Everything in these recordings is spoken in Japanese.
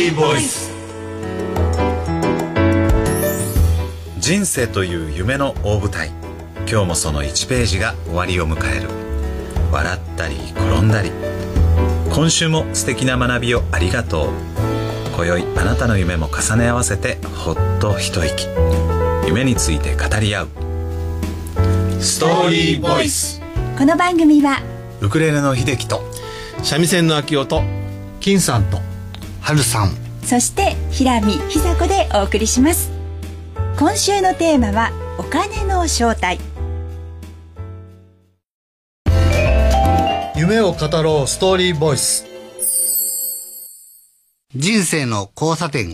リーボイス。人生という夢の大舞台、今日もその1ページが終わりを迎える。笑ったり転んだり、今週も素敵な学びをありがとう。今宵あなたの夢も重ね合わせてほっと一息、夢について語り合うストーリーボイス。 この番組はウクレレの秀樹と三味線の秋夫と金さんと春さん、 そして平見久子でお送りします。今週のテーマはお金の正体。 夢を語ろうストーリーボイス。 人生の交差点。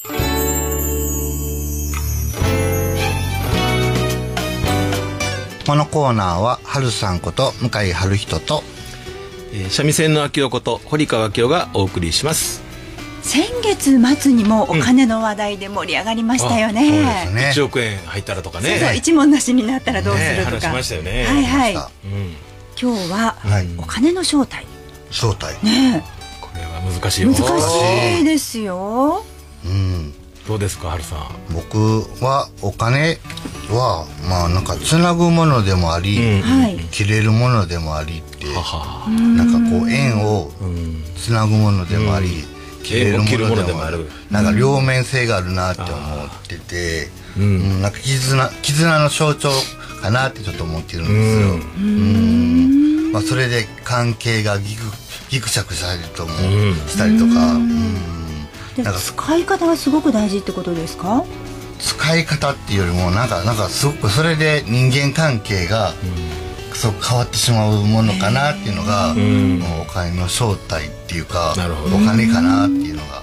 このコーナーは春さんこと向井春人と三味線の秋夫こと堀川明夫がお送りします。 先月末にもお金の話題で盛り上がりましたよね。 そうですね。 1億円入ったらとかね。 そう一文なしになったらどうするとか、 話しましたよね。 はいはい。 うん、 今日は、お金の正体。 正体。 ねえ。 これは難しいよ。 難しいですよ。 うん。 どうですか、春さん。 僕はお金はまあなんかつなぐものでもあり、切れるものでもありって、なんかこう縁をつなぐものでもあり、切れるものでもある。なんか両面性があるなって思ってて、なんか絆の象徴かなってちょっと思ってるんですよ。まあそれで関係がギクシャクしたりともしたりとか。 なんか使い方がすごく大事ってことですか？ 使い方っていうよりもなんかすごくそれで人間関係がすごく変わってしまうものかなっていうのが、もうお金の正体っていうか、お金かなっていうのが、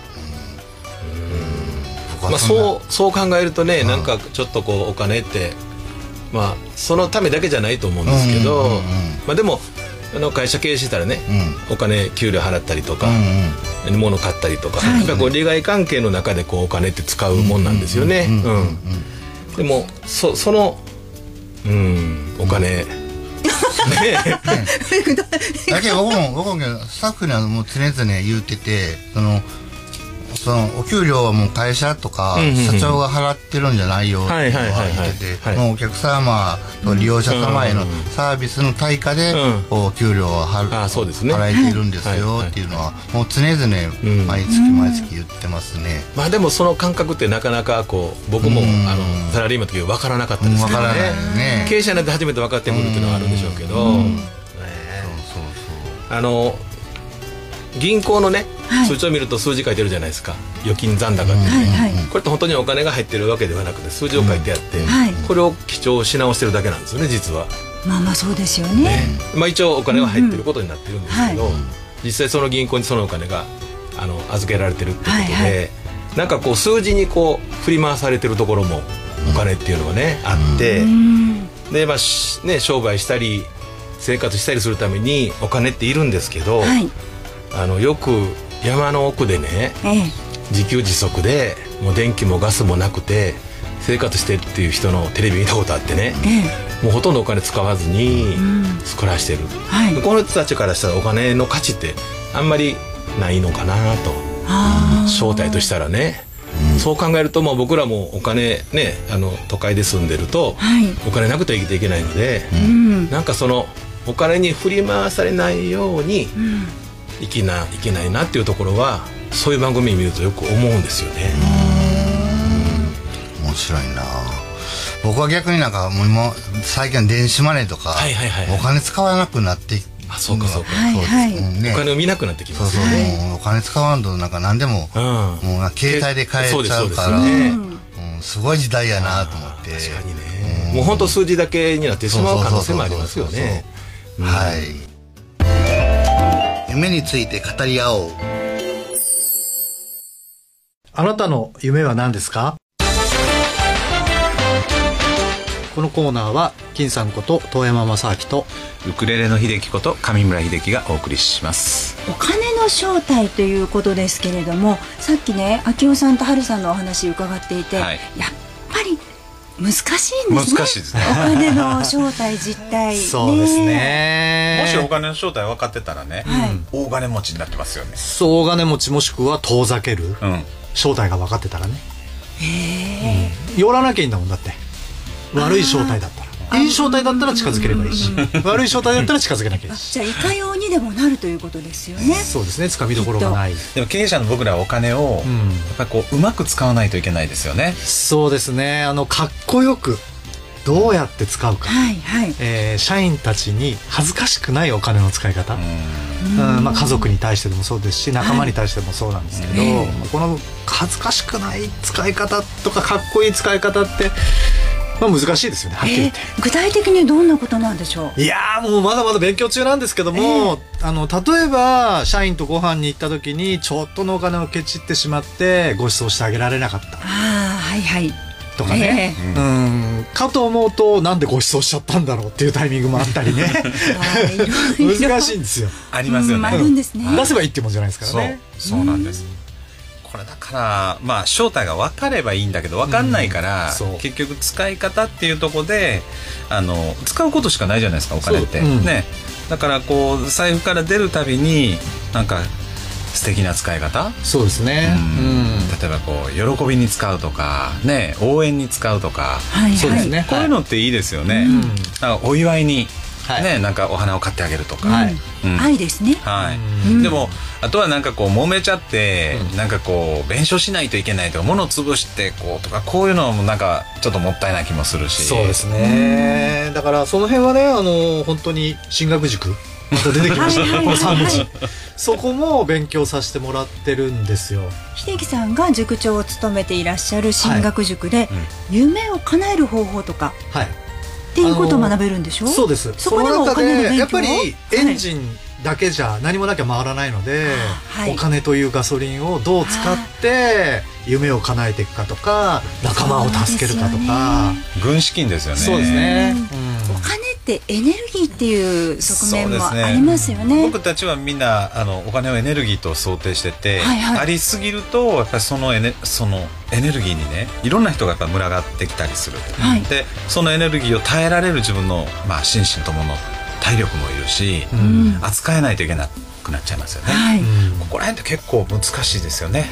まあそう考えるとね、なんかちょっとこうお金ってまあそのためだけじゃないと思うんですけど、まあでも会社経営してたらね、お金給料払ったりとか、物買ったりとか、やっぱこう利害関係の中でこうお金って使うもんなんですよね。でもそのお金だけど僕もスタッフにはもう常々言ってて、そのお給料はもう会社とか社長が払ってるんじゃないよって言ってて、もうお客様と利用者様へのサービスの対価でお給料を払えているんですよっていうのはもう常々毎月言ってますね。 まあでもその感覚ってなかなかこう僕もサラリーマンの時は分からなかったですけどね。経営者になって初めて分かってくるっていうのはあるんでしょうけど、銀行のね数値を見ると数字書いてるじゃないですか。預金残高ってね、これって本当にお金が入ってるわけではなくて数字を書いてあって、これを記帳し直してるだけなんですよね、実は。 まあそうですよね。 まあ一応お金は入ってることになってるんですけど、実際その銀行にそのお金が預けられてるってことで、なんかこう数字にこう振り回されてるところもお金っていうのがねあって、でまあね商売したり生活したりするためにお金っているんですけど、よく山の奥でね、自給自足でもう電気もガスもなくて生活してっていう人のテレビ見たことあってね、もうほとんどお金使わずに暮らしてる、この人たちからしたらお金の価値ってあんまりないのかなと、正体としたらね、そう考えるともう僕らもお金ね都会で住んでると、お金なくて生きていけないので、なんかそのお金に振り回されないようにいけないなっていうところはそういう番組見るとよく思うんですよね。 面白いな。僕は逆になんかもう今最近は電子マネーとかお金使わなくなってそうかお金を見なくなってきますよね。 お金使わんとなんか何でももう携帯で買えちゃうからすごい時代やなと思って。 確かにね、もう本当数字だけになってしまう可能性もありますよね。 はい。夢について語り合おう。 あなたの夢は何ですか？このコーナーは金さんこと遠山正明とウクレレの秀樹こと上村秀樹がお送りします。 お金の正体ということですけれども、さっきね秋夫さんと春さんのお話伺っていて、やっぱり難しいんですね。 難しいですね。 お金の正体実態、 そうですね。 もしお金の正体分かってたらね、大金持ちになってますよね。 そう、大金持ちもしくは遠ざける、正体が分かってたらね。寄らなきゃいいんだもん。だって悪い正体だったら、いい正体だったら近づければいいし、悪い正体だったら近づけなきゃいいし。 じゃあいかようにでもなるということですよね。 そうですね、掴みどころがない。 でも経営者の僕らはお金をやっぱりこううまく使わないといけないですよね。 そうですね、かっこよくどうやって使うか、社員たちに恥ずかしくないお金の使い方、家族に対してでもそうですし、仲間に対してもそうなんですけど、この恥ずかしくない使い方とかかっこいい使い方って、難しいですよね、はっきり言って。 具体的にどんなことなんでしょう。 いやー、もうまだまだ勉強中なんですけども、例えば社員とご飯に行った時にちょっとのお金をケチってしまってご馳走してあげられなかったとかね、かと思うとなんでご馳走しちゃったんだろうっていうタイミングもあったりね難しいんですよ。 ありますよね。 あるんですね。 出せばいいっていうもんじゃないですからね。 そうなんです。これだから正体が分かればいいんだけど分かんないから、結局使い方っていうところで使うことしかないじゃないですか、お金ってね。だからこう財布から出るたびになんか素敵な使い方。 そうですね、 例えばこう喜びに使うとかね、応援に使うとか、 そうですね、 こういうのっていいですよね。なんかお祝いにね、なんかお花を買ってあげるとか、 愛ですね。 でもあとはなんかこう揉めちゃって、なんかこう弁償しないといけないとか、物を潰してこうとか、こういうのもなんかちょっともったいない気もするし。 そうですね、だからその辺はね、本当に進学塾また出てきましたこの3文字、そこも勉強させてもらってるんですよ。 秀樹さんが塾長を務めていらっしゃる進学塾で、夢を叶える方法とか、っていうことを学べるんでしょ。 そうです。 そこでもお金の勉強をやっぱりエンジンだけじゃ何もなきゃ回らないので、お金というガソリンをどう使って夢を叶えていくかとか、仲間を助けるかとか、 軍資金ですよね。 そうですね、 お金ってエネルギーっていう側面もありますよね。 僕たちはみんなお金をエネルギーと想定してて、ありすぎるとやっぱりそのエネルギーにね、いろんな人がやっぱ群がってきたりする、でそのエネルギーを耐えられる自分の、心身ともの体力もいるし、扱えないといけなくなっちゃいますよね。ここら辺って結構難しいですよね。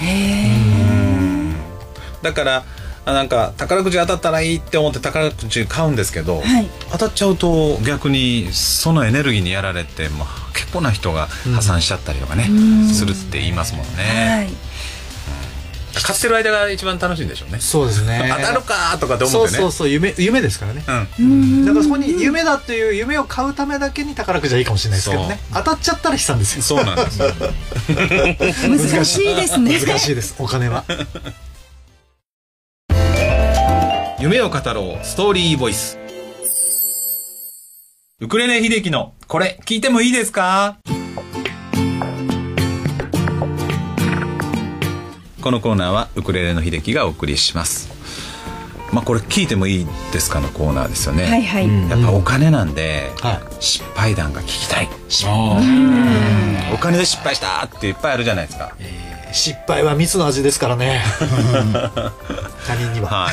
だからなんか宝くじ当たったらいいって思って宝くじ買うんですけど、当たっちゃうと逆にそのエネルギーにやられて、結構な人が破産しちゃったりとかね、するって言いますもんね。買ってる間が一番楽しいんでしょうね。 そうですね。 当たるかとかって思ってね。 そう夢ですからね。だからそこに夢だという夢を買うためだけに宝くじはいいかもしれないですけどね。当たっちゃったら悲惨ですよ。 そうなんですよ。 難しいですね。 難しいです、お金は。 夢を語ろうストーリーボイス。ウクレレ秀樹のこれ聞いてもいいですか。このコーナーはウクレレの秀樹がお送りします。これ聞いてもいいですかのコーナーですよね。やっぱお金なんで、失敗談が聞きたい。お金で失敗したっていっぱいあるじゃないですか。 失敗は蜜の味ですからね。他人には。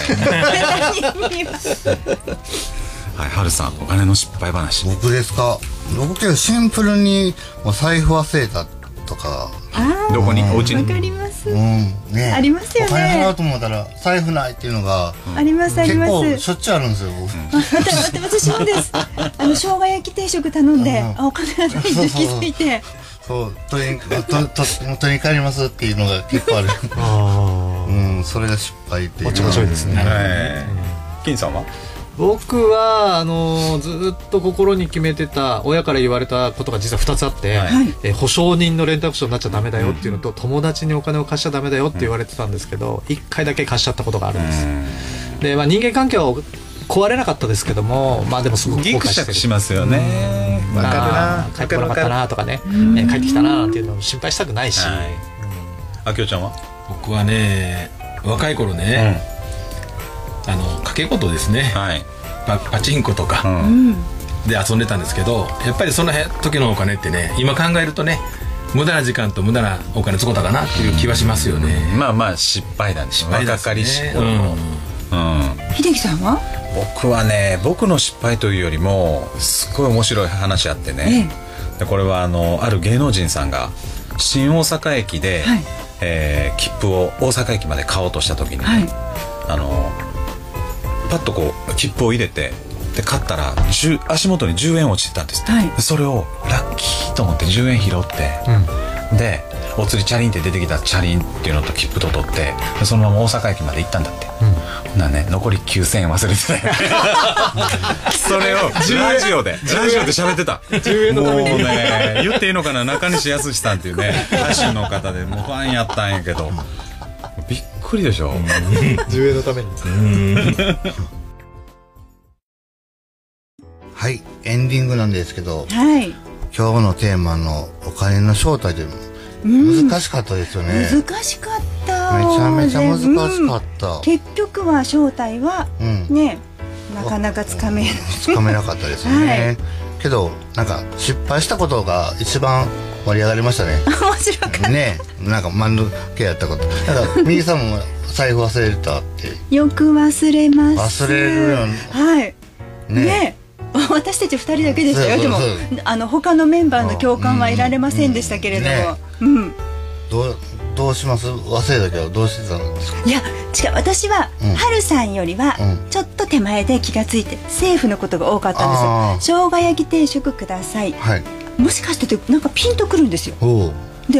はるさん、お金の失敗話。 僕ですか。僕シンプルにお財布忘れたとか。 どこに？お家に？ わかります。 ありますよね。 お金払おうと思ったら財布ないっていうのがあります。 結構しょっちゅうあるんですよ。 私もです。生姜焼き定食頼んでお金がないって気づいて。 そう、取りに帰りますっていうのが結構ある。それが失敗っていう。 おちょいですね。 金さんは？ 僕はずっと心に決めてた、親から言われたことが実は2つあって、保証人のレンタル証になっちゃダメだよっていうのと、友達にお金を貸しちゃダメだよって言われてたんですけど、1回だけ貸しちゃったことがあるんです。で、人間関係は壊れなかったですけども、でもすごく後悔してる。 ギクシャクしますよね。わかるな。 帰ってこなかったなとかね、帰ってきたななんていうのを心配したくないし。 あきおちゃんは？ 僕はね、若い頃ね、賭け事ですね、パチンコとかで遊んでたんですけど、やっぱりその時のお金ってね、今考えるとね、無駄な時間と無駄なお金使ったかなっていう気はしますよね。 失敗だね。失敗だかりし秀樹さんは？ 僕はね、僕の失敗というよりもすごい面白い話あってね、でこれはある芸能人さんが新大阪駅で、はい、切符を大阪駅まで買おうとした時に、ね、はい、パッとこう切符を入れてで買ったら足元に10円落ちてたんですって、はい、それをラッキーと思って10円拾って、でお釣りチャリンって出てきたチャリンっていうのと切符と取ってそのまま大阪駅まで行ったんだって、ほんならね、残り9000円忘れてたそれをラジオで喋ってた。10円のためにもうね、言っていいのかな、中西康さんっていうね歌手の方でもうファンやったんやけどびっくりでしょ 10円のためにはい、エンディングなんですけど、 はい、 今日のテーマのお金の正体で難しかったですよね、 難しかった、 めちゃめちゃ難しかった、 結局は正体は、ね、なかなかつかめなかったですよね、はい、けどなんか失敗したことが一番盛り上がりましたね面白かったね、なんか間抜けやったことなんか右さんも財布忘れたってよく忘れます。 忘れるよはいね、私たち2人だけでしたよ。でも他のメンバーの共感は得られませんでしたけれども、 どうします？忘れたけどどうしてたんですか？ いや違う、私は春さんよりはちょっと手前で気がついてセーフのことが多かったんですよ。生姜焼き定食ください、はい、もしかしてってなんかピンとくるんですよ。で、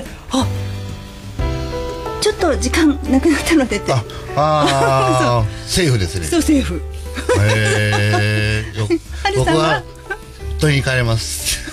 ちょっと時間なくなったのでってセーフですね。 そう、セーフ。 僕は取りに帰れます